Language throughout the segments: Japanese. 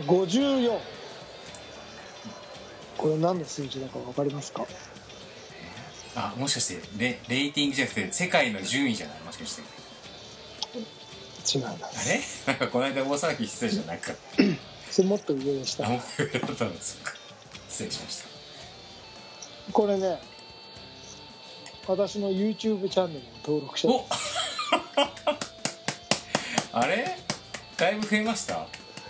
54。これ何の数字だか分かりますか？ もしかしてレーティングじゃなくて世界の順位じゃない？もしかして違います。 なんかこの間大騒ぎしてたじゃなかった。 それもっと上でした。 もっと上だったんですか。失礼しました。 これね、私の YouTube チャンネルの登録者です。 あれだいぶ増えました？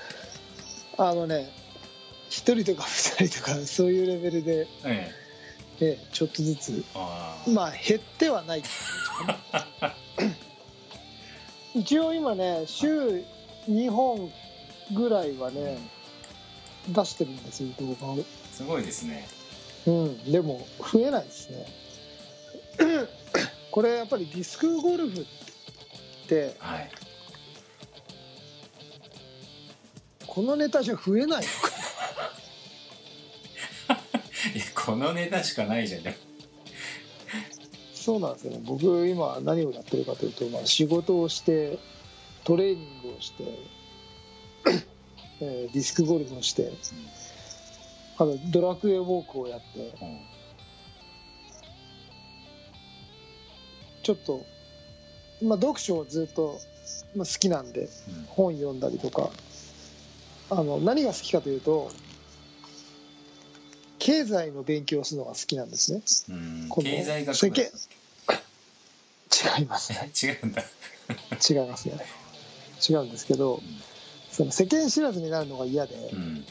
1人とか2人とかそういうレベルで、ちょっとずつ減ってはない一応今ね週2本ぐらいはね出してるんですよ、動画を。 すごいですね。 でも増えないですねこれやっぱりディスクゴルフって、このネタじゃ増えないのかいや、このネタしかないじゃん。 そうなんですよね。僕今何をやってるかというと、仕事をしてトレーニングをしてディスクゴルフをしてドラクエウォークをやって、ちょっと、読書をずっと、好きなんで、本読んだりとか何が好きかというと経済の勉強をするのが好きなんですね。 経済学部？ 違いますね。 違うんだ違いますね。違うんですけど、その世間知らずになるのが嫌で、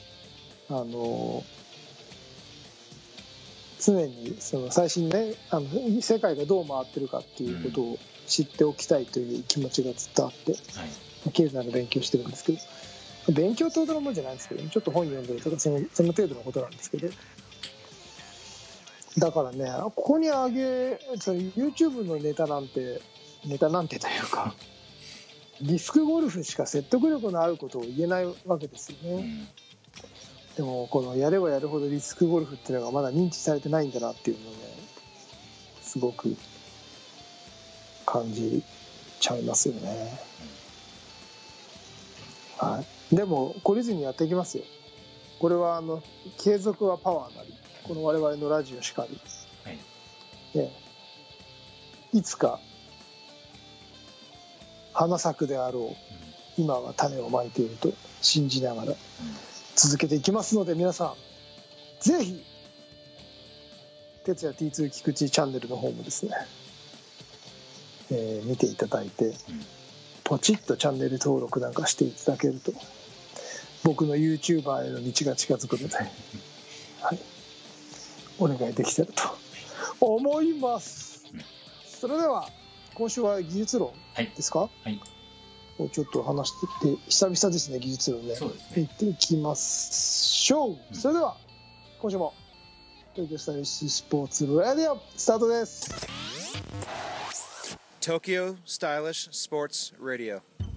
常にその最新ね世界がどう回ってるかっていうことを知っておきたいという気持ちがずっとあって、経済の勉強してるんですけど、勉強ってほどのもんじゃないんですけど、ちょっと本読んでるとかその程度のことなんですけど、だからねここにその YouTube のネタなんてというかディスクゴルフしか説得力のあることを言えないわけですよね。でもこのやればやるほどディスクゴルフっていうのがまだ認知されてないんだなっていうのをねすごく感じちゃいますよね。でも懲りずにやっていきますよ。これは継続はパワーなり、この我々のラジオしかり、いつか花咲くであろう、今は種をまいていると信じながら続けていきますので、皆さんぜひ哲也 T2 菊池チャンネルの方もですね、見ていただいて、ポチッとチャンネル登録なんかしていただけると僕の YouTuber への道が近づくので、お願いできたらと思います。それでは今週は技術論ですか？をちょっと話していって、久々ですね、技術論ね。いっていきましょう。それでは今週も東京スタイリッシュスポーツラディオスタートです。 Tokyo Stylish Sports Radio。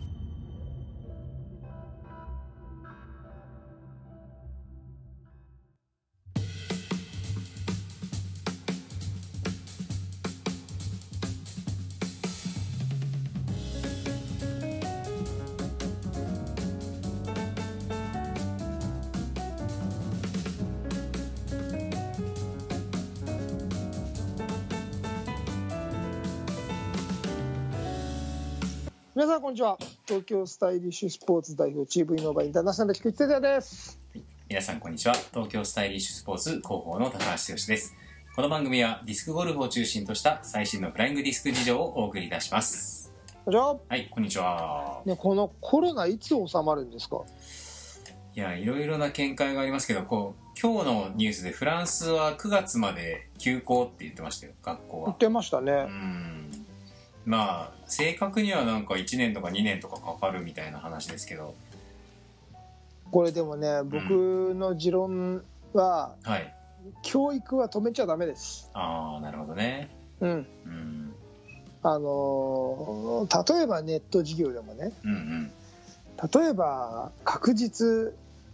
皆さんこんにちは。東京スタイリッシュスポーツ代表チームイノバインターナショナル菊池哲也です。 皆さんこんにちは。東京スタイリッシュスポーツ広報の高橋剛です。この番組はディスクゴルフを中心とした最新のフライングディスク事情をお送りいたします。 こんにちは。 はい、こんにちは。 このコロナいつ収まるんですか？ いや、いろいろな見解がありますけど、今日のニュースでフランスは9月まで休校って言ってましたよ、学校は。 言ってましたね。 正確にはなんか1年とか2年とかかかるみたいな話ですけど、 これでもね、僕の持論は、教育は止めちゃダメです。 なるほどね。 例えばネット事業でもね、例えば確実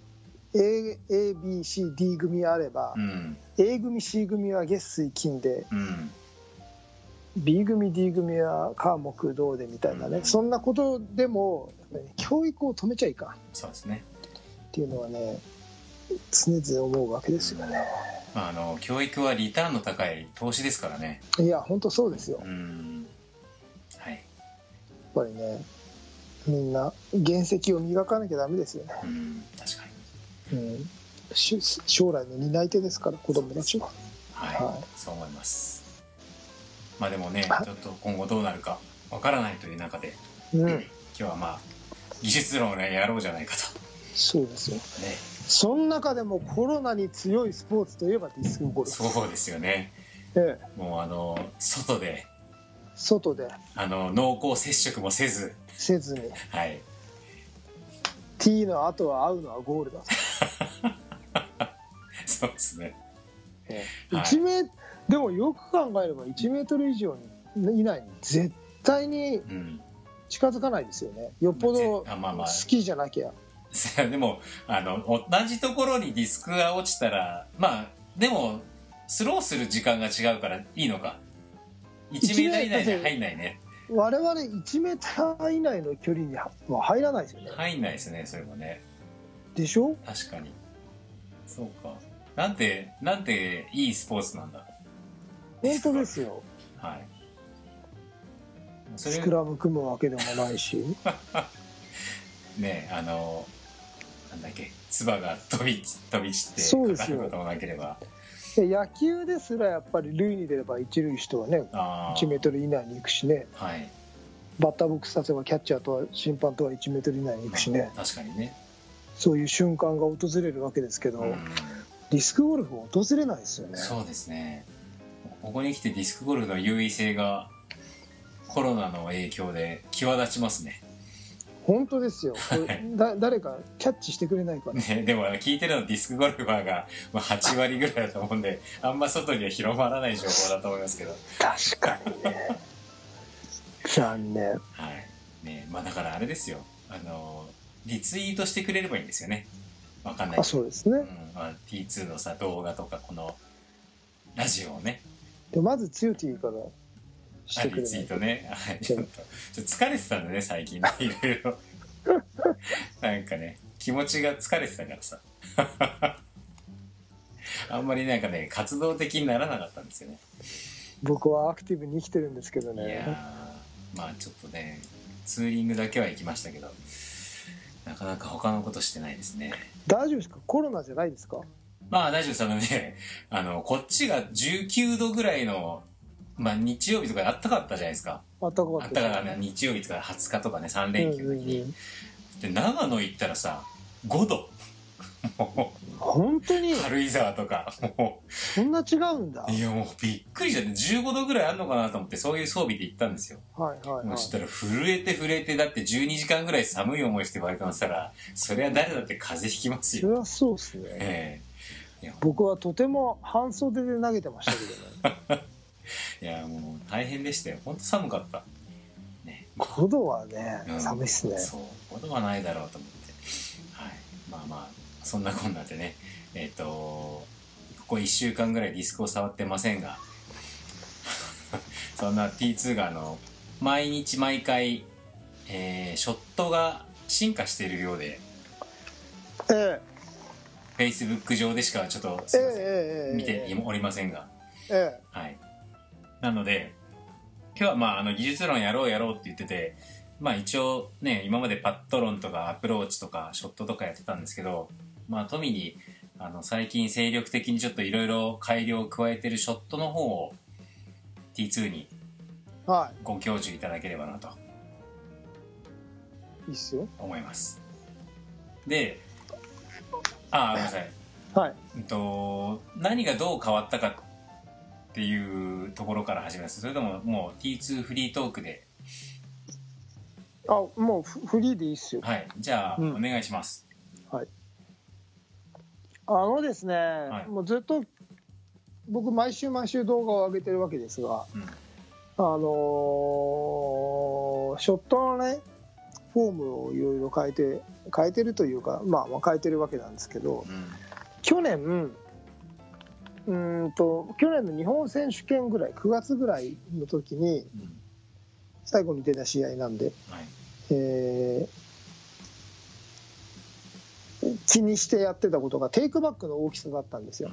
ABCD 組あれば、A 組 C 組は月水金で、B 組 D 組は火木土でみたいなね、そんなことでも教育を止めちゃいかん。 そうですね。 っていうのはね常々思うわけですよね。 教育はリターンの高い投資ですからね。 いや本当そうですよ。 はい。 やっぱりねみんな原石を磨かなきゃダメですよね。 確かに。 将来の担い手ですから子供たちは。 はい、そう思います。まあでもね、ちょっと今後どうなるかわからないという中で、今日はまあ技術論をねやろうじゃないかと。 そうですよ。 ね。 その中でもコロナに強いスポーツといえばディスクゴルフ。 そうですよね。もう外で濃厚接触もせずに、 はい。 ティーの後は会うのはゴールだと。 そうですね。 1メートル、でもよく考えれば1メートル以上以内に絶対に近づかないですよね。よっぽど好きじゃなきゃ。 でも同じところにディスクが落ちたらでもスローする時間が違うからいいのか。1メーター以内には入んないね。 我々1メーター以内の距離には入らないですよね。 入んないですね、それもね。 でしょ。 確かに。そうか。なんていいスポーツなんだ。 本当ですよ。 はい。 スクラム組むわけでもないしね、なんだっけ、唾が飛び散ってかかることもなければ。 野球ですらやっぱり塁に出れば一塁手はね1メートル以内に行くしね、 はい、 バッターボックス立てばキャッチャーとは審判とは1メートル以内に行くしね、 確かにね。 そういう瞬間が訪れるわけですけど、ディスクゴルフは訪れないですよね。 そうですね。ここに来てディスクゴルフの優位性がコロナの影響で際立ちますね。 本当ですよ。これ誰かキャッチしてくれないかな、 ね、でも聞いてるのディスクゴルファーが8割ぐらいだと思うんであんま外には広まらない情報だと思いますけど。 確かにね残念。 はいね。だからあれですよ、リツイートしてくれればいいんですよね。わかんないけど。 そうですね、 T2 のさ動画とかこのラジオをね。 でまずつよティからしてくれないと。 リツイートね。ちょっと疲れてたんだね最近ね、いろいろなんかね気持ちが疲れてたからさあんまりなんかね活動的にならなかったんですよね。 僕はアクティブに生きてるんですけどね。 いやちょっとねツーリングだけは行きましたけどなかなか他のことしてないですね。 大丈夫ですか？コロナじゃないですか？ 大丈夫です。ねこっちが19度ぐらいの日曜日とかあったかったじゃないですか。 あったかかったからね、日曜日とか20日とかね3連休の時に、で長野行ったらさ5度もう本当に軽井沢とかもうそんな違うんだ。 いやもうびっくりしちゃって15度ぐらいあんのかなと思ってそういう装備で行ったんですよ。そしたら震えてだって12時間ぐらい寒い思いしてバイトにしたらそりゃ誰だって風邪ひきますよ。 そりゃそうですね、僕はとても半袖で投げてましたけどねいやもう大変でしたよ。本当寒かった、ね、 5度はね、寒いっすね。 そう5度はないだろうと思って、はい、そんなこんなでねここ1週間ぐらいディスクを触ってませんがそんな T2 が毎日毎回、ショットが進化しているようで、Facebook 上でしかちょっとすいません、見ておりませんが、はい、なので今日は技術論やろうって言ってて、一応ね今までパット論とかアプローチとかショットとかやってたんですけど、富に最近精力的にちょっといろいろ改良を加えてるショットの方を T2 にご教授いただければなと、 いいっすよ思います。でごめんなさい、何がどう変わったかっていうところから始めます。それとももう T2 フリートークで。 もうフリーでいいっすよ。 はい、じゃあ、お願いします。 はい。ですね、もうずっと僕毎週動画を上げてるわけですが、ショットのねフォームをいろいろ変えてるというか、変えてるわけなんですけど、去年の日本選手権ぐらい9月ぐらいの時に、最後に出た試合なんで、 気にしてやってたことがテイクバックの大きさだったんですよ。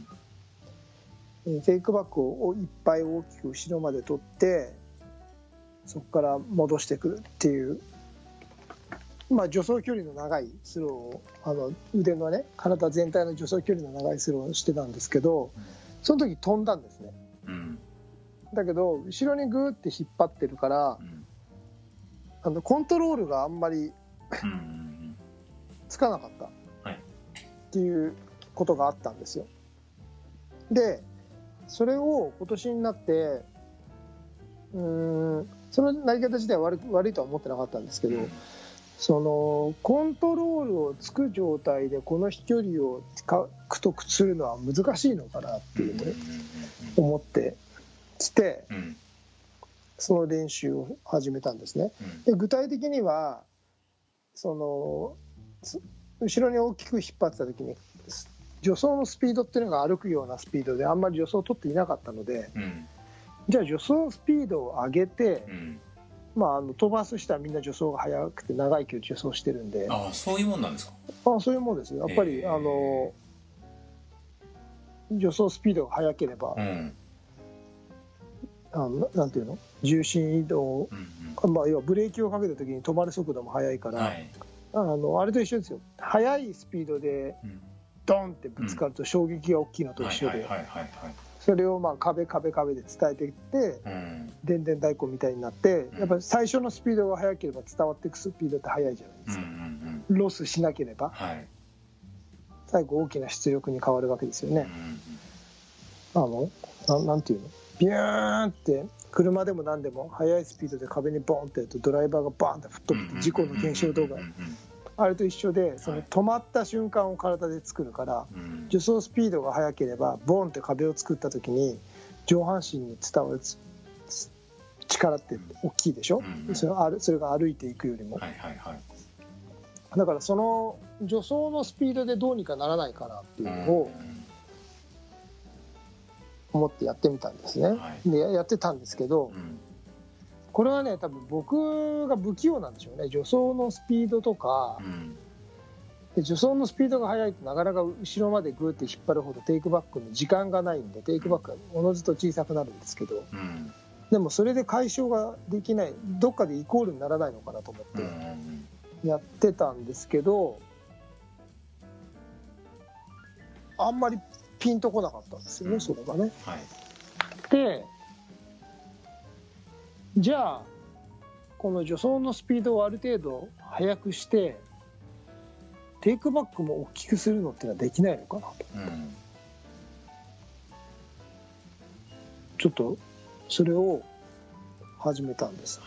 テイクバックをいっぱい大きく後ろまで取ってそこから戻してくるっていう、助走距離の長いスローを腕のね体全体の助走距離の長いスローをしてたんですけど、その時飛んだんですね。だけど後ろにグーって引っ張ってるから、コントロールがあんまりつかなかったっていうことがあったんですよ。でそれを今年になってその投げ方自体は悪いとは思ってなかったんですけど、そのコントロールをつく状態でこの飛距離を獲得するのは難しいのかなっていうと思ってきて、その練習を始めたんですね。で具体的にはその後ろに大きく引っ張ってた時に助走のスピードっていうのが歩くようなスピードであんまり助走を取っていなかったので、じゃあ助走スピードを上げて、飛ばす人はみんな助走が速くて長い距離助走してるんで。 そういうもんなんですか。 そういうもんですよやっぱり、助走スピードが速ければ、なんていうの重心移動、要はブレーキをかけた時に止まる速度も速いから、あれと一緒ですよ。速いスピードでドンってぶつかると衝撃が大きいのと一緒で、それを壁で伝えていって、でんでん太鼓みたいになって、やっぱり最初のスピードが速ければ伝わっていくスピードって速いじゃないですか。ロスしなければ、最後大きな出力に変わるわけですよね。なんていうのビューンって車でも何でも速いスピードで壁にボンってやるとドライバーがバーンって吹っ飛ぶって事故の現象動画、あれと一緒でその止まった瞬間を体で作るから、助走スピードが速ければボンって壁を作った時に上半身に伝わる力って大きいでしょ、それが歩いていくよりも、だからその助走のスピードでどうにかならないかなっていうのを思ってやってみたんですね。でやってたんですけど、これはね多分僕が不器用なんでしょうね。助走のスピードとか、で助走のスピードが速いとなかなか後ろまでグーって引っ張るほどテイクバックの時間がないんでテイクバックがおのずと小さくなるんですけど、でもそれで解消ができない、どっかでイコールにならないのかなと思ってやってたんですけど、あんまりピンとこなかったんですよね、それがね。でじゃあこの助走のスピードをある程度速くしてテイクバックも大きくするのってのはできないのかなと、ちょっとそれを始めたんです。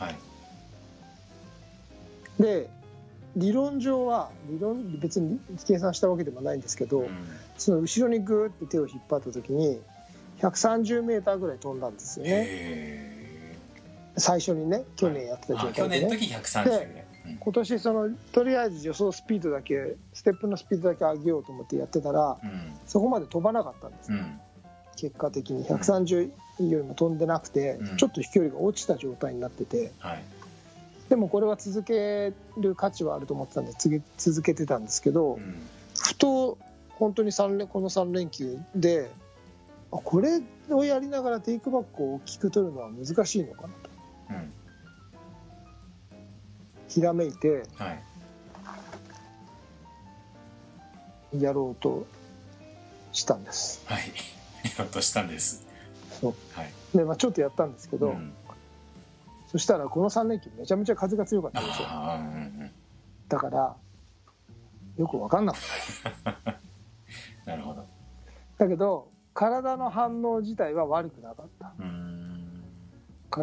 で理論上は別に計算したわけでもないんですけど、その後ろにグーって手を引っ張った時に130メーターぐらい飛んだんですよね。最初にね去年やってた状態で、 去年の時130ぐらい、 今年とりあえず助走スピードだけステップのスピードだけ上げようと思ってやってたら、そこまで飛ばなかったんです、結果的に130よりも飛んでなくて、ちょっと飛距離が落ちた状態になってて、でもこれは続ける価値はあると思ってたんで続けてたんですけど、ふと本当にこの3連休でこれをやりながらテイクバックを大きく取るのは難しいのかなと、ひらめいて、やろうとしたんです。 やろうとしたんです。 そうで、ちょっとやったんですけど、そしたらこの3連休めちゃめちゃ風が強かったんですよ。だからよく分かんなかったなるほど。 だけど体の反応自体は悪くなかったから、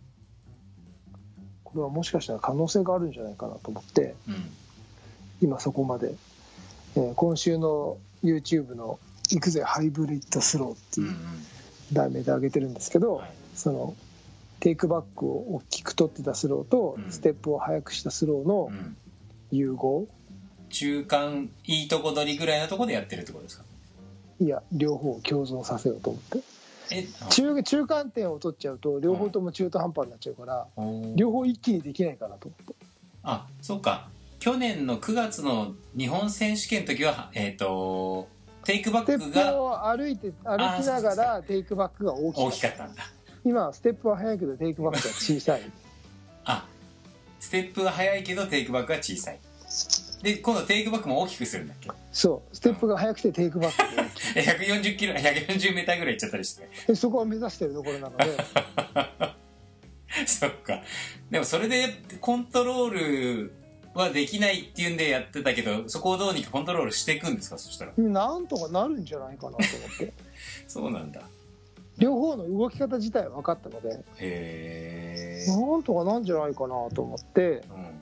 これはもしかしたら可能性があるんじゃないかなと思って、今そこまで、今週の YouTube の行くぜハイブリッドスローっていう題名で上げてるんですけど、そのテイクバックを大きく取ってたスローとステップを速くしたスローの融合、 中間いいとこ取りぐらいのところでやってるってことですか。 いや両方を共存させようと思って、中間点を取っちゃうと両方とも中途半端になっちゃうから、両方一気にできないかなと思って。 そうか、 去年の9月の日本選手権の時はテイクバックがステップを歩きながらテイクバックが大きかったんだ。今はステップは速いけどテイクバックが小さいあ、ステップは速いけどテイクバックが小さい。で今度テイクバックも大きくするんだっけ。 そうステップが速くてテイクバックが大きい 140メーターぐらいいっちゃったりしてそこを目指してるところなのでそっか。でもそれでコントロールはできないっていうんでやってたけど、そこをどうにかコントロールしていくんですか。そしたらなんとかなるんじゃないかなと思ってそうなんだ。 両方の動き方自体は分かったので、 へなんとかなんじゃないかなと思って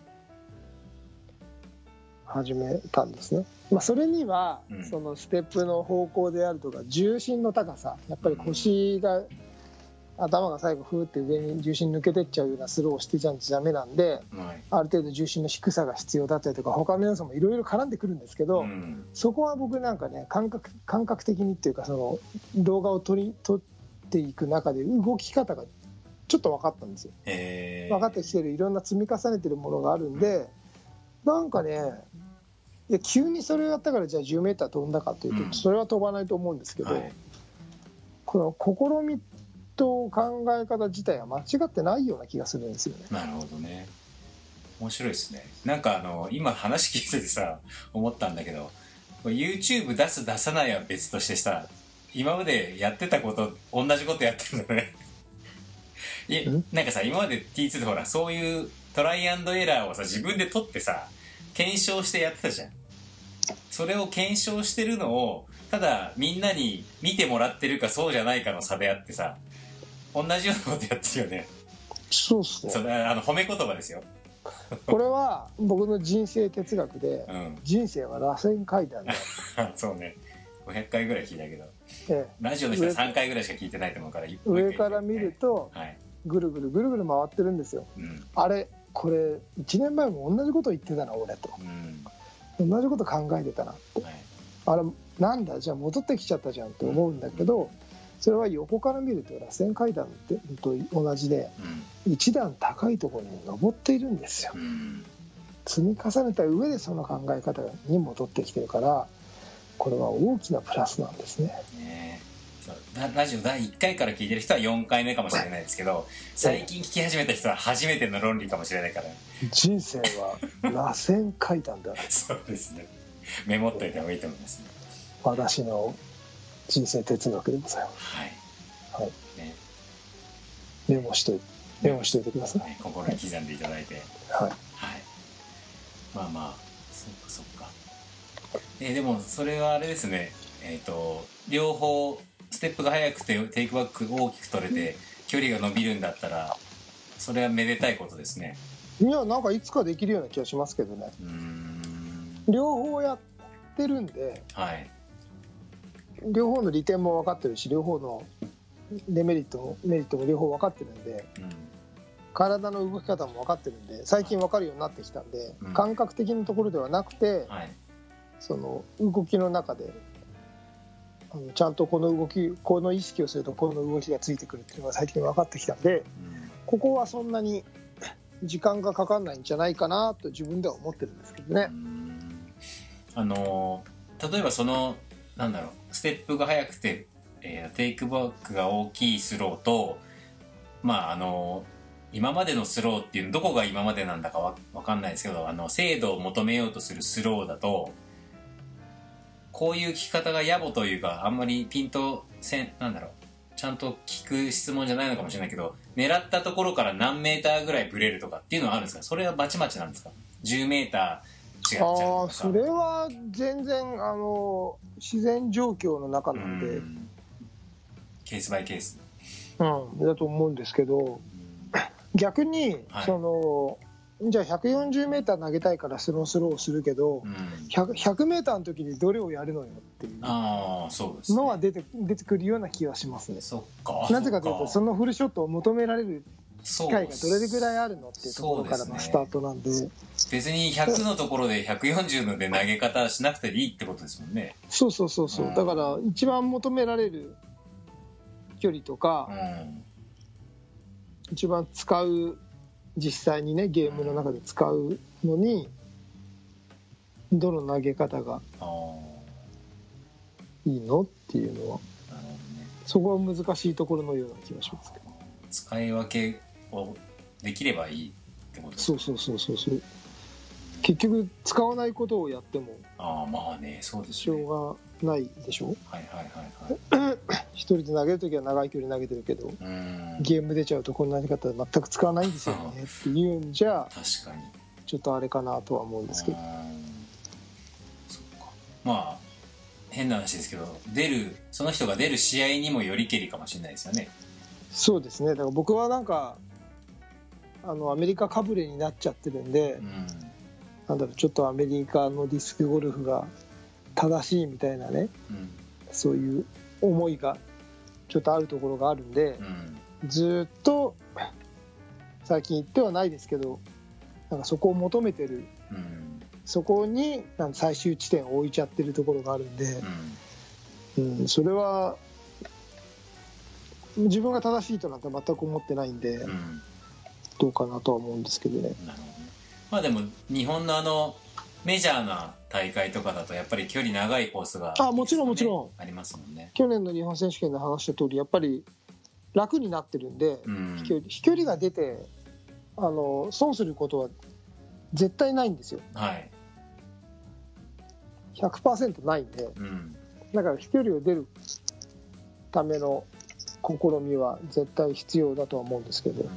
始めたんですね。それには、そのステップの方向であるとか重心の高さ、やっぱり腰が、頭が最後ふーって上に重心抜けてっちゃうようなスローをしてちゃダメなんで、ある程度重心の低さが必要だったりとか他の要素もいろいろ絡んでくるんですけど、そこは僕なんかね感覚的にっていうか、その動画を撮っていく中で動き方がちょっと分かったんですよ。分かってきてるいろんな積み重ねてるものがあるんで、なんかね、いや急にそれをやったからじゃあ10メーター飛んだかというと、それは飛ばないと思うんですけど、この試みと考え方自体は間違ってないような気がするんですよね。 なるほどね。面白いですね。なんか今話聞いててさ思ったんだけど、YouTube 出す出さないは別としてさ、今までやってたこと同じことやってるんだねなんかさ、今まで T2 でほらそういうトライアンドエラーをさ自分で取ってさ検証してやってたじゃん。それを検証してるのをただみんなに見てもらってるかそうじゃないかの差であってさ、同じようなことやってるよね。 そうっすね。 褒め言葉ですよこれは僕の人生哲学で、人生は螺旋階段だそうね、500回ぐらい聞いたけど、ラジオの人は3回ぐらいしか聞いてないと思うから、 上から見ると、ぐるぐるぐるぐる回ってるんですよ、あれこれ1年前も同じこと言ってたな俺と、同じこと考えてたなって、あれなんだじゃあ戻ってきちゃったじゃんって思うんだけど、それは横から見ると螺旋階段と同じで、一段高いところに登っているんですよ、積み重ねた上でその考え方に戻ってきてるから、これは大きなプラスなんですね。 ラジオ第1回から聞いてる人は4回目かもしれないですけど、最近聞き始めた人は初めての論理かもしれないから、 人生は螺旋階段だそうですね、メモっといた方がいいと思いますね。 私の人生哲学でございます。はい、ね、メモしといてください、 ね、心に刻んでいただいて、まあまあ、そっか。でもそれはあれですね、両方ステップが速くてテイクバック大きく取れて距離が伸びるんだったら、それはめでたいことですね。 いや、なんかいつかできるような気がしますけどね。両方やってるんで、両方の利点も分かってるし、両方のデメリットもメリットも両方分かってるんで、体の動き方も分かってるんで、最近分かるようになってきたんで、感覚的なところではなくて、その動きの中でちゃんとこの意識をするとこの動きがついてくるっていうのが最近分かってきたんで、ここはそんなに時間がかかんないんじゃないかなと自分では思ってるんですけどね。 例えばなんだろう、ステップが速くて、テイクバックが大きいスローと、今までのスローっていうどこが今までなんだか分かんないですけど、精度を求めようとするスローだと、こういう聞き方が野暮というか、あんまりピンとなんだろう、ちゃんと聞く質問じゃないのかもしれないけど、狙ったところから何メーターぐらいブレるとかっていうのはあるんですか？それはバチバチなんですか？10メーター違っちゃうとかさ。 それは全然自然状況の中なんで、 ケースバイケース、 だと思うんですけど、逆に、じゃあ140メーター投げたいからスローをするけど、100メーターの時にどれをやるのよっていうのは出てくるような気がしますね。なぜかというと、そのフルショットを求められる機会がどれぐらいあるのっていうところからのスタートなんで、 別に100のところで140ので投げ方しなくていいってことですもんね。 そう、だから一番求められる距離とか、一番使う、実際にねゲームの中で使うのにどの投げ方がいいのっていうのは、 なるほどね、 そこは難しいところのような気がしますけど、 使い分けをできればいいってことですか。 そう結局使わないことをやってもまあね、そうですしょうがないでしょ。 はい一人で投げるときは長い距離投げてるけど、ゲーム出ちゃうとこんな投げ方全く使わないんですよねっていうんじゃ確かにちょっとあれかなとは思うんですけど。 そっか、まあ変な話ですけど、その人が出る試合にもよりけりかもしれないですよね。 そうですね。だから僕はなんかアメリカかぶれになっちゃってるんで、なんだろう、ちょっとアメリカのディスクゴルフが正しいみたいなね、そういう思いがちょっとあるところがあるんで、ずっと最近言ってはないですけど、なんかそこを求めてる、そこに最終地点を置いちゃってるところがあるんで、それは自分が正しいとなんて全く思ってないんで、どうかなとは思うんですけどね。 なるほどね。まあでも日本のメジャーな大会とかだとやっぱり距離長いコースが、 もちろんありますもんね。 去年の日本選手権で話した通りやっぱり楽になってるんで、飛距離が出て損することは絶対ないんですよ。100% ないんで、だから飛距離を出るための試みは絶対必要だとは思うんですけど。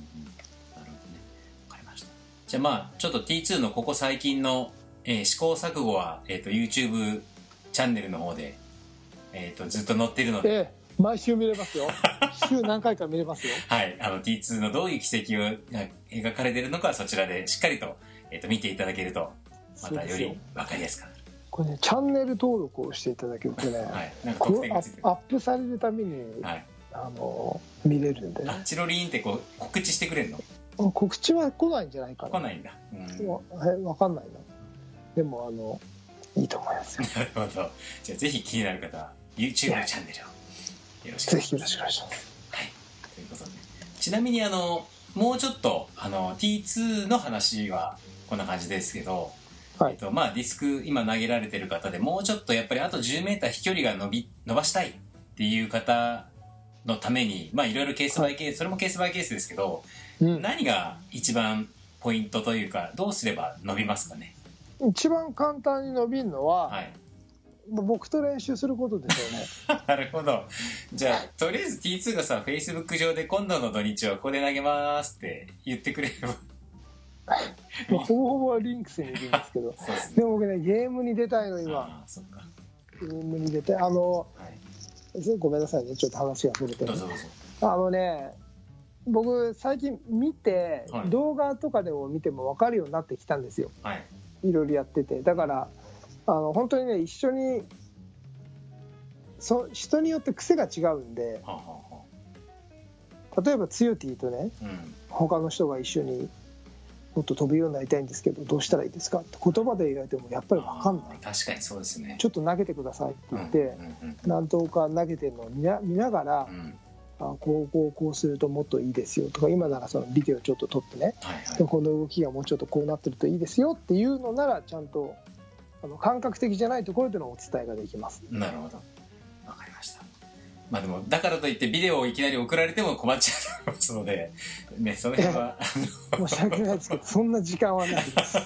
じゃあまあちょっと T2 のここ最近の、試行錯誤は、YouTube チャンネルの方で、ずっと載ってるので、 毎週見れますよ。週何回か見れますよ。 はい、T2 のどういう軌跡を描かれているのかそちらでしっかりと、見ていただけるとまたより分かりやすくなる。 これね、チャンネル登録をしていただけるとね、なんか特典がついてる。アップされるために、見れるんで、 チロリーンってこう告知してくれるの？ 告知は来ないんじゃないかな。 来ないんだ。 分かんないな。でもいいと思いますよ。 なるほど。じゃあぜひ気になる方は YouTube チャンネルをよろしくお願いします。 ぜひよろしくお願いします。 はい。ということで、ちなみにもうちょっとT2 の話はこんな感じですけど、まあディスク今投げられてる方でもうちょっとやっぱりあと 10m 飛距離が伸ばしたいっていう方のために、まあいろいろケースバイケース、それもケースバイケースですけど、何が一番ポイントというか、どうすれば伸びますかね？ 一番簡単に伸びるのは、僕と練習することですよね。 なるほど。じゃあとりあえず T2 がさ、Facebook 上で今度の土日はここで投げますって言ってくれればほぼほぼはリンクスにいるんですけどでも僕ね、ゲームに出たいの今。 そっか。 ゲームに出たい。ごめんなさいね、ちょっと話がそれてる。 どうぞ。 僕最近見て、動画とかでも見ても分かるようになってきたんですよ。いろいろやってて、だから本当にね、一緒に人によって癖が違うんで、例えばつよティとね、他の人が一緒にもっと飛ぶようになりたいんですけどどうしたらいいですかって言葉で言われてもやっぱり分かんない。 確かにそうですね。 ちょっと投げてくださいって言って、何投か投げてるのを見ながら、こうするともっといいですよとか、今ならそのビデオちょっと撮ってね、この動きがもうちょっとこうなってるといいですよっていうのならちゃんと感覚的じゃないところでのお伝えができます。 なるほど、わかりました。まあでもだからといってビデオをいきなり送られても困っちゃうと思いますのでね、その辺は申し訳ないですけどそんな時間はないです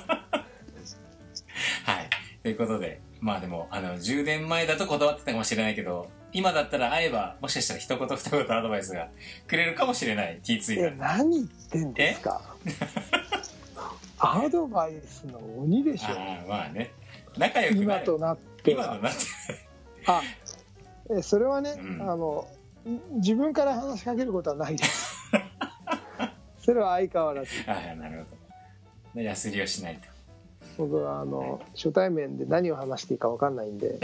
はい、ということで、まあでも10年前だと断ってたかもしれないけど、今だったら会えばもしかしたら一言二言アドバイスがくれるかもしれない T2 が。 何言ってんですかアドバイスの鬼でしょ。 まあね、仲良くなる。 今となってそれはね、自分から話しかけることはないですそれは相変わらず。 なるほど。やすりをしないと。 僕は初対面で何を話していいか分かんないんで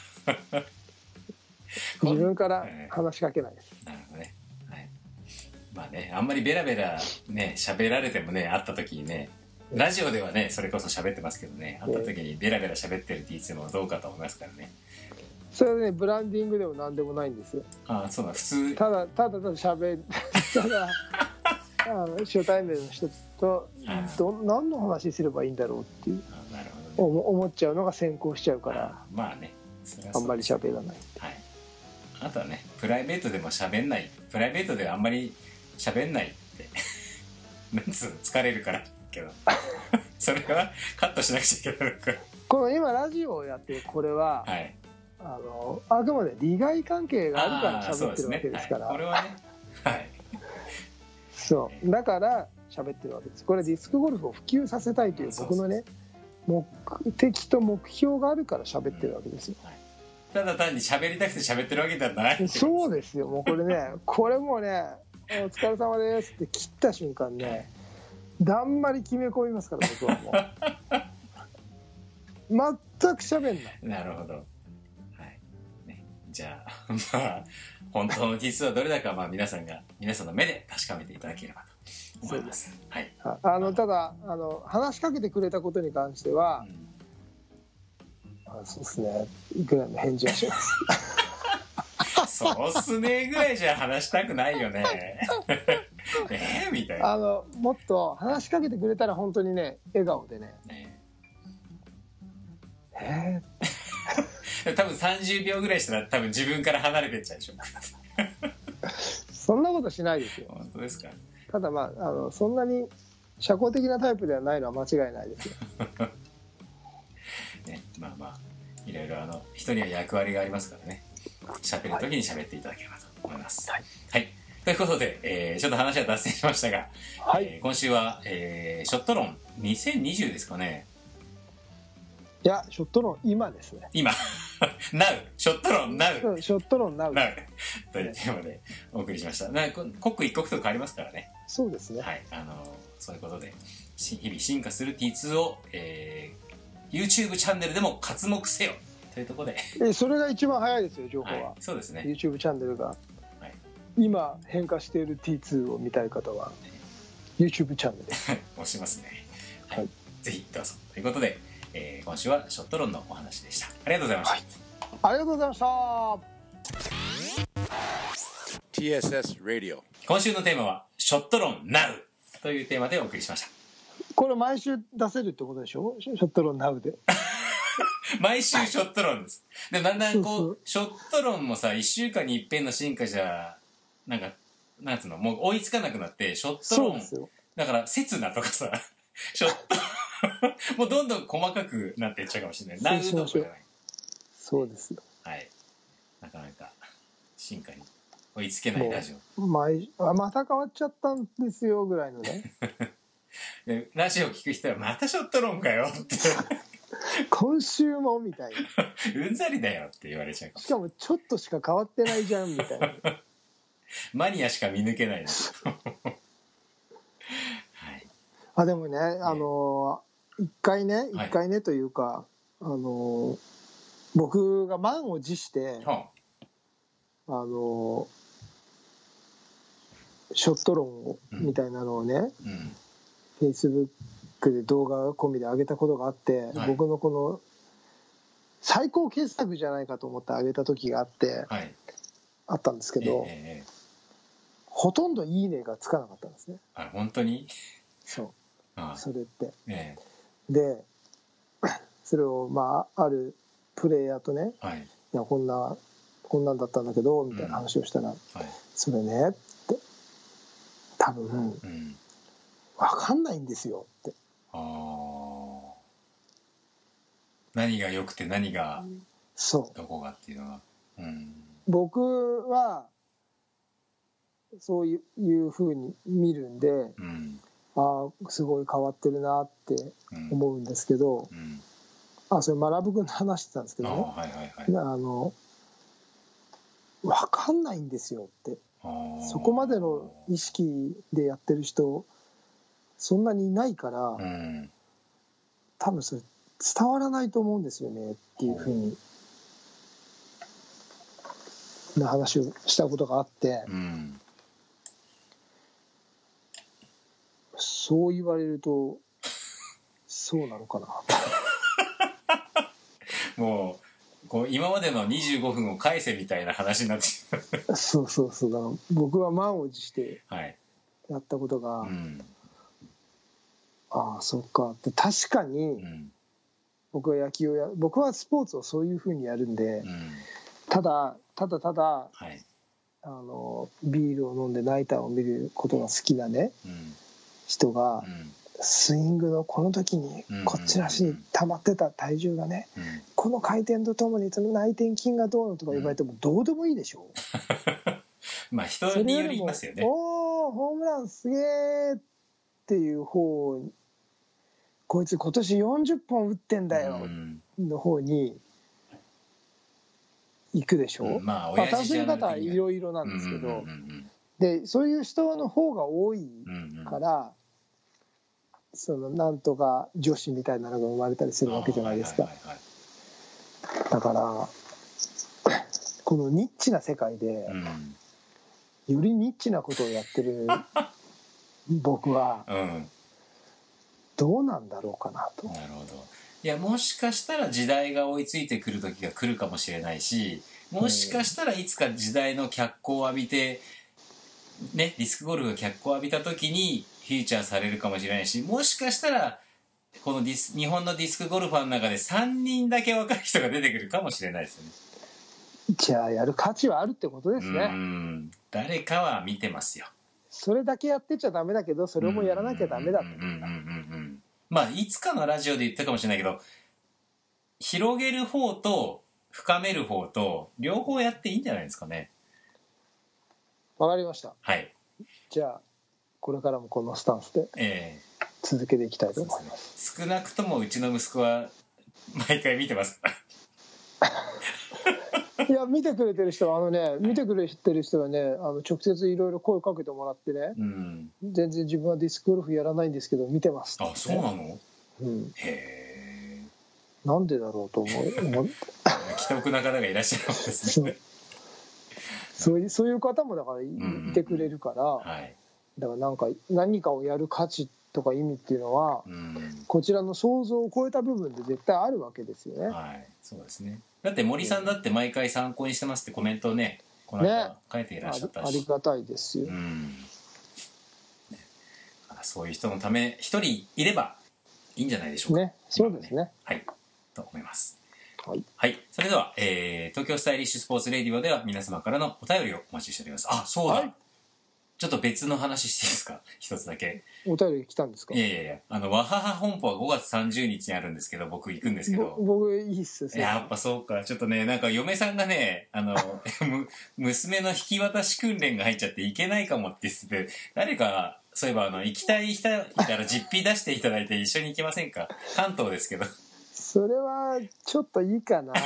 自分から話しかけないです。 なるほどね。はい。まあね、あんまりベラベラね喋られてもね、会った時にね、ラジオではねそれこそ喋ってますけどね、会った時にベラベラ喋ってる T2 もどうかと思いますからね。 それはね、ブランディングでも何でもないんですよ。 そうだ、普通。 ただ喋るただ初対面の人と何の話すればいいんだろうっていう。 なるほどね。 思っちゃうのが先行しちゃうからまあねあんまり喋らない、 はい、あとはねプライベートでも喋んないプライベートであんまり喋んないってなんつうの疲れるからけどそれはカットしなくちゃいけないからこの今ラジオをやってるこれは、はい、あくまで利害関係があるから喋ってるわけですから、 これはねはいそうだから喋ってるわけです。これディスクゴルフを普及させたいという僕のね目的と目標があるから喋ってるわけですよ、はい、 ただ単に喋りたくて喋ってるわけではないそうですよ。もうこれねこれもねお疲れ様ですって切った瞬間ねだんまり決め込みますから僕はもう全く喋んない。 なるほど、はいね、じゃあまあ本当の実はどれだかまあ皆さんの目で確かめていただければと思います。はい、 ただ話しかけてくれたことに関しては、そうですねぐらいの返事はしますそうっすねぐらいじゃ話したくないよねみたいなもっと話しかけてくれたら本当にね笑顔でね多分30秒ぐらいしたら多分自分から離れてっちゃうでしょそんなことしないですよ。 本当ですか。 ただまあそんなに社交的なタイプではないのは間違いないですよね、まあまあいろいろ人には役割がありますからね喋る時に喋っていただければと思います。はい、はい、ということで、ちょっと話は脱線しましたが、はい、今週は、ショット論2020ですかね。 いやショット論今ですね。 今Now ショット論 Now ショット論 Now というテーマでお送りしました。刻一刻と変わりますからね。 そうですね。 はい、そういうことで日々進化する T2 を、YouTube チャンネルでも活目せよというところでそれが一番早いですよ情報は、 はい、そうですね。 YouTube チャンネルが、はい、今変化している T2 を見たい方は YouTube チャンネル押しますね、はいはい、ぜひどうぞということで、今週はショット論のお話でした。ありがとうございました、はい、 ありがとうございました。 TSS Radio 今週のテーマはショット論 Now というテーマでお送りしました。 これ毎週出せるってことでしょショット論 Now で毎週ショット論です。でだんだんこうショット論もさ1週間に一遍の進化じゃなんつうのもう追いつかなくなってショット論だから刹那とかさショットもうどんどん細かくなっていっちゃうかもしれない。 そうじゃない。そうですよ。 はい。なかなか進化に追いつけないラジオ。 また変わっちゃったんですよぐらいのね。 でラジオ聞く人はまたショット論かよって今週もみたいなうんざりだよって言われちゃうかも。 しかもちょっとしか変わってないじゃんみたいなマニアしか見抜けないはい、でもね一回ねというか、僕が満を持して、ショット論みたいなのをね、Facebook で動画込みで上げたことがあって、はい、僕のこの最高傑作じゃないかと思って上げた時があって、はい、あったんですけど、ほとんどいいねがつかなかったんですね。 あ、本当に？ そうそれって、でそれをあるプレイヤーとね、はい、いやこんなんだったんだけどみたいな話をしたら、はい、それねって多分、分かんないんですよって。 何が良くて何がそうどこがっていうのは、 僕はそういう風に見るんで、すごい変わってるなって思うんですけど、それ学君の話してたんですけどね、分かんないんですよって。そこまでの意識でやってる人そんなにいないから、多分それ伝わらないと思うんですよねっていう風にな話をしたことがあって、そう言われるとそうなのかなもうこう今までの25分を返せみたいな話になってそうだから僕は満を持してやったことが、ああそっかって確かに、 僕はスポーツをそういう風にやるんで、ただ、はい、ビールを飲んでナイターを見ることが好きなね、人が、スイングのこの時にこっちの足に溜まってた体重がね、この回転とともにその内転筋がどうのとか言われてもどうでもいいでしょまあ人によりますよね。 おーホームランすげーっていう方、こいつ今年40本打ってんだよの方に行くでしょ。まあ楽しみ方はいろいろなんですけど、でそういう人の方が多いから、そのなんとか女子みたいなのが生まれたりするわけじゃないですか。だからこのニッチな世界で、よりニッチなことをやってる僕は、どうなんだろうかなと。 なるほど。いや、もしかしたら時代が追いついてくる時が来るかもしれないし、もしかしたらいつか時代の脚光を浴びて、ね、ディスクゴルフが脚光を浴びた時にフィーチャーされるかもしれないし、もしかしたらこの日本のディスクゴルファーの中で3人だけ若い人が出てくるかもしれないですよね。 じゃあやる価値はあるってことですね。 誰かは見てますよ。 それだけやってちゃダメだけど、それもやらなきゃダメだと。 まあいつかのラジオで言ったかもしれないけど、広げる方と深める方と両方やっていいんじゃないですかね。 わかりました。 はい。 じゃあこれからもこのスタンスで続けていきたいと思います。 少なくともうちの息子は毎回見てますいや見てくれてる人は見てくれてる人はね、直接いろいろ声かけてもらってね、全然自分はディスクゴルフやらないんですけど見てます。 あ、そうなの？へえ。なんでだろうと思う。 既得な方がいらっしゃるんですね。 そういう方もだからいてくれるから、だから何かをやる価値とか意味っていうのは、こちらの想像を超えた部分で絶対あるわけですよね。 はい、そうですね。だって森さんだって毎回参考にしてますってコメントをね、この間書いていらっしゃったし、 ありがたいですよ。 そういう人のため一人いればいいんじゃないでしょうか。 ね、そうですね。 はい、と思います。 はい。 はい。それでは、東京スタイリッシュスポーツレディオでは皆様からのお便りをお待ちしております。あ、そうだ。はい、ちょっと別の話していいですか？一つだけ。 お便り来たんですか？ いや。わはは本舗は5月30日にあるんですけど、僕行くんですけど。 僕いいっすよ。 やっぱそうか。ちょっとね、なんか嫁さんがね、娘の引き渡し訓練が入っちゃって行けないかもって言ってて、誰か、そういえば行きたい人いたら実費出していただいて一緒に行けませんか？関東ですけど。 それはちょっといいかな。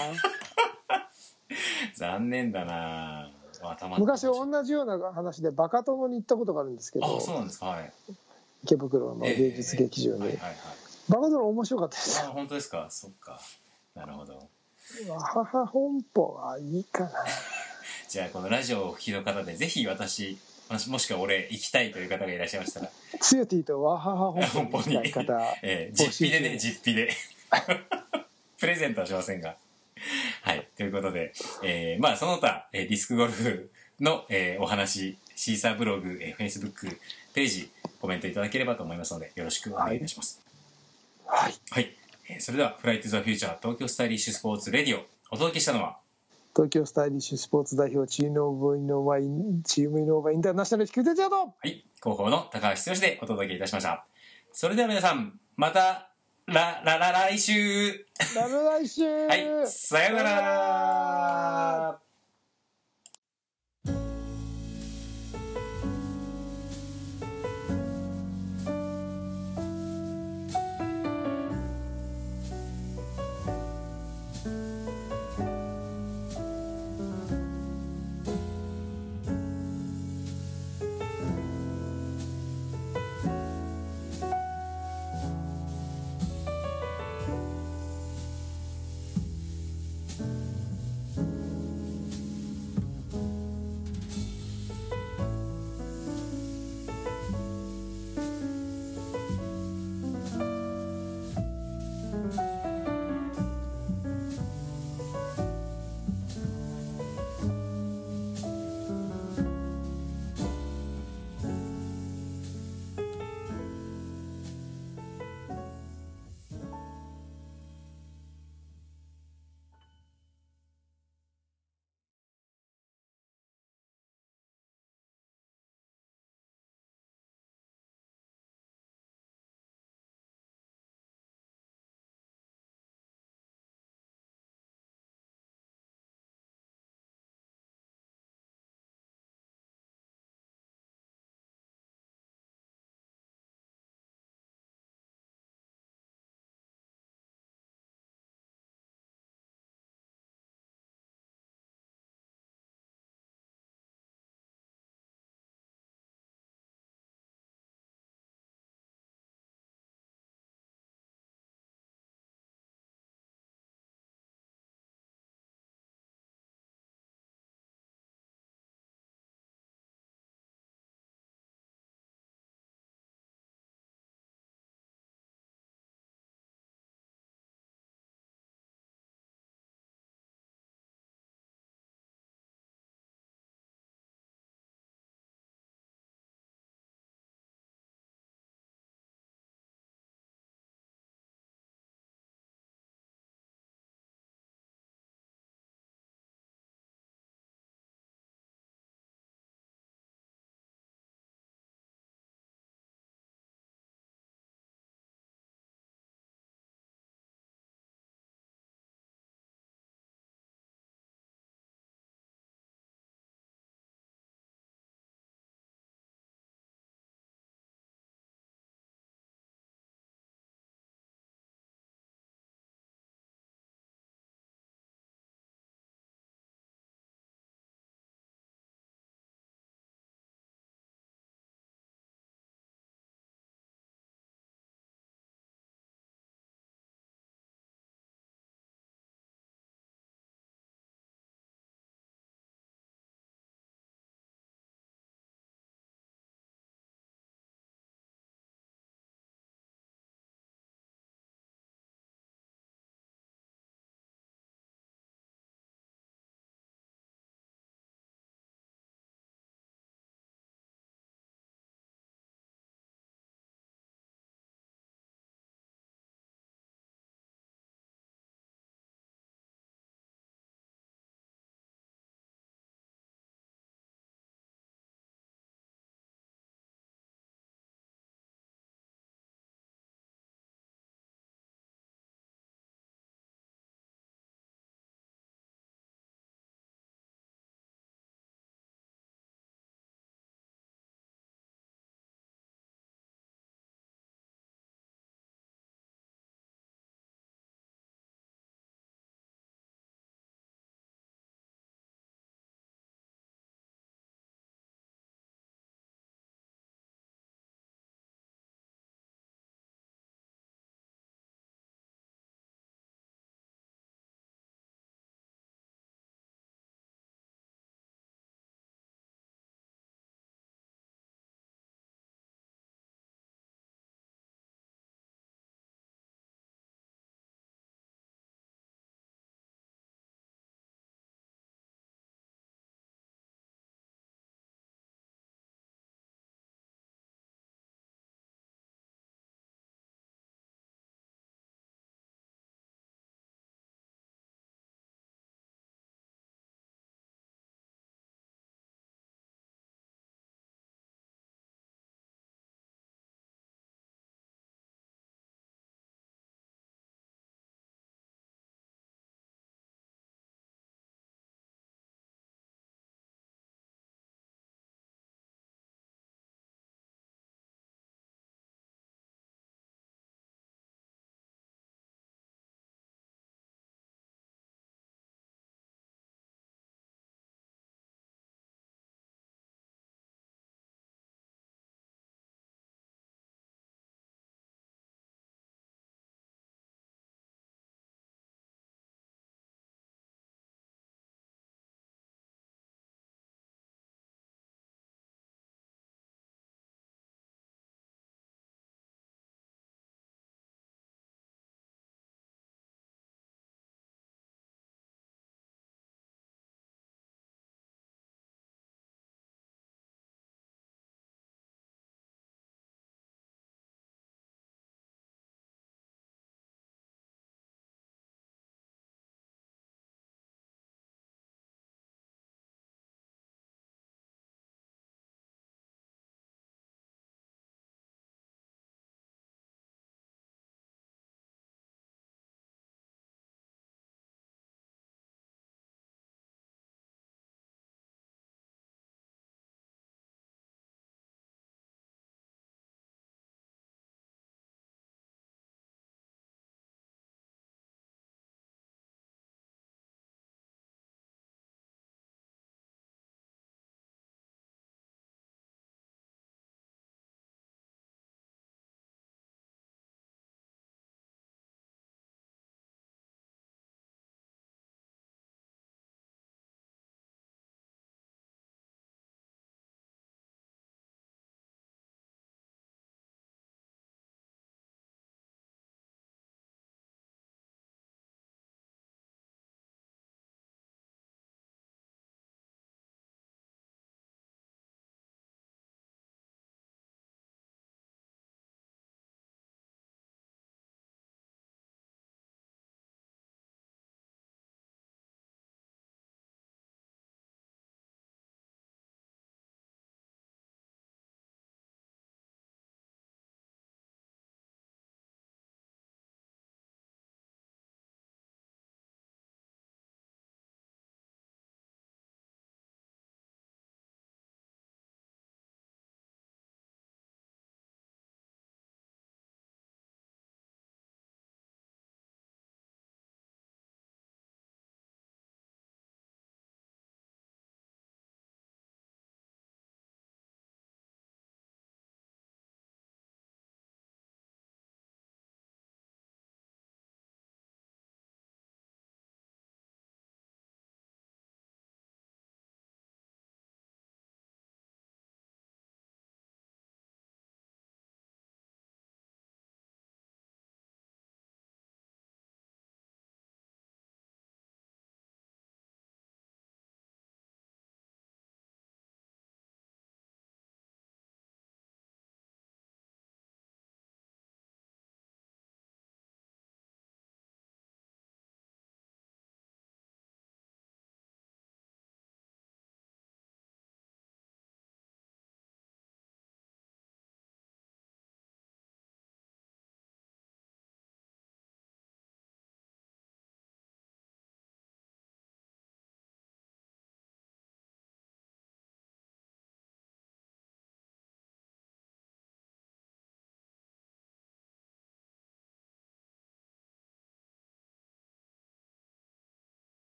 残念だな。 昔同じような話でバカ殿に行ったことがあるんですけど。 あ、そうなんですか。はい。 池袋の芸術劇場に。バカ殿面白かったです。 あ、本当ですか。そっか。なるほど。 母本舗はいいかな。 じゃあこのラジオをお聞きの方でぜひ私もしくは俺行きたいという方がいらっしゃいましたら、 つよティとワハハ本舗に行きたい方、 実費でね、実費でプレゼントはしませんが、はい、ということで、まあその他、ディスクゴルフの、お話、シーサーブログ、Facebook ページコメントいただければと思いますのでよろしくお願いいたします。 はい、 はい。それではフライトゥザフューチャー東京スタイリッシュスポーツレディオ、お届けしたのは東京スタイリッシュスポーツ代表チームイノーバイインターナショナル菊池ジャード、 はい、広報の高橋剛でお届けいたしました。それでは皆さんまた来週来週はい、さようなら。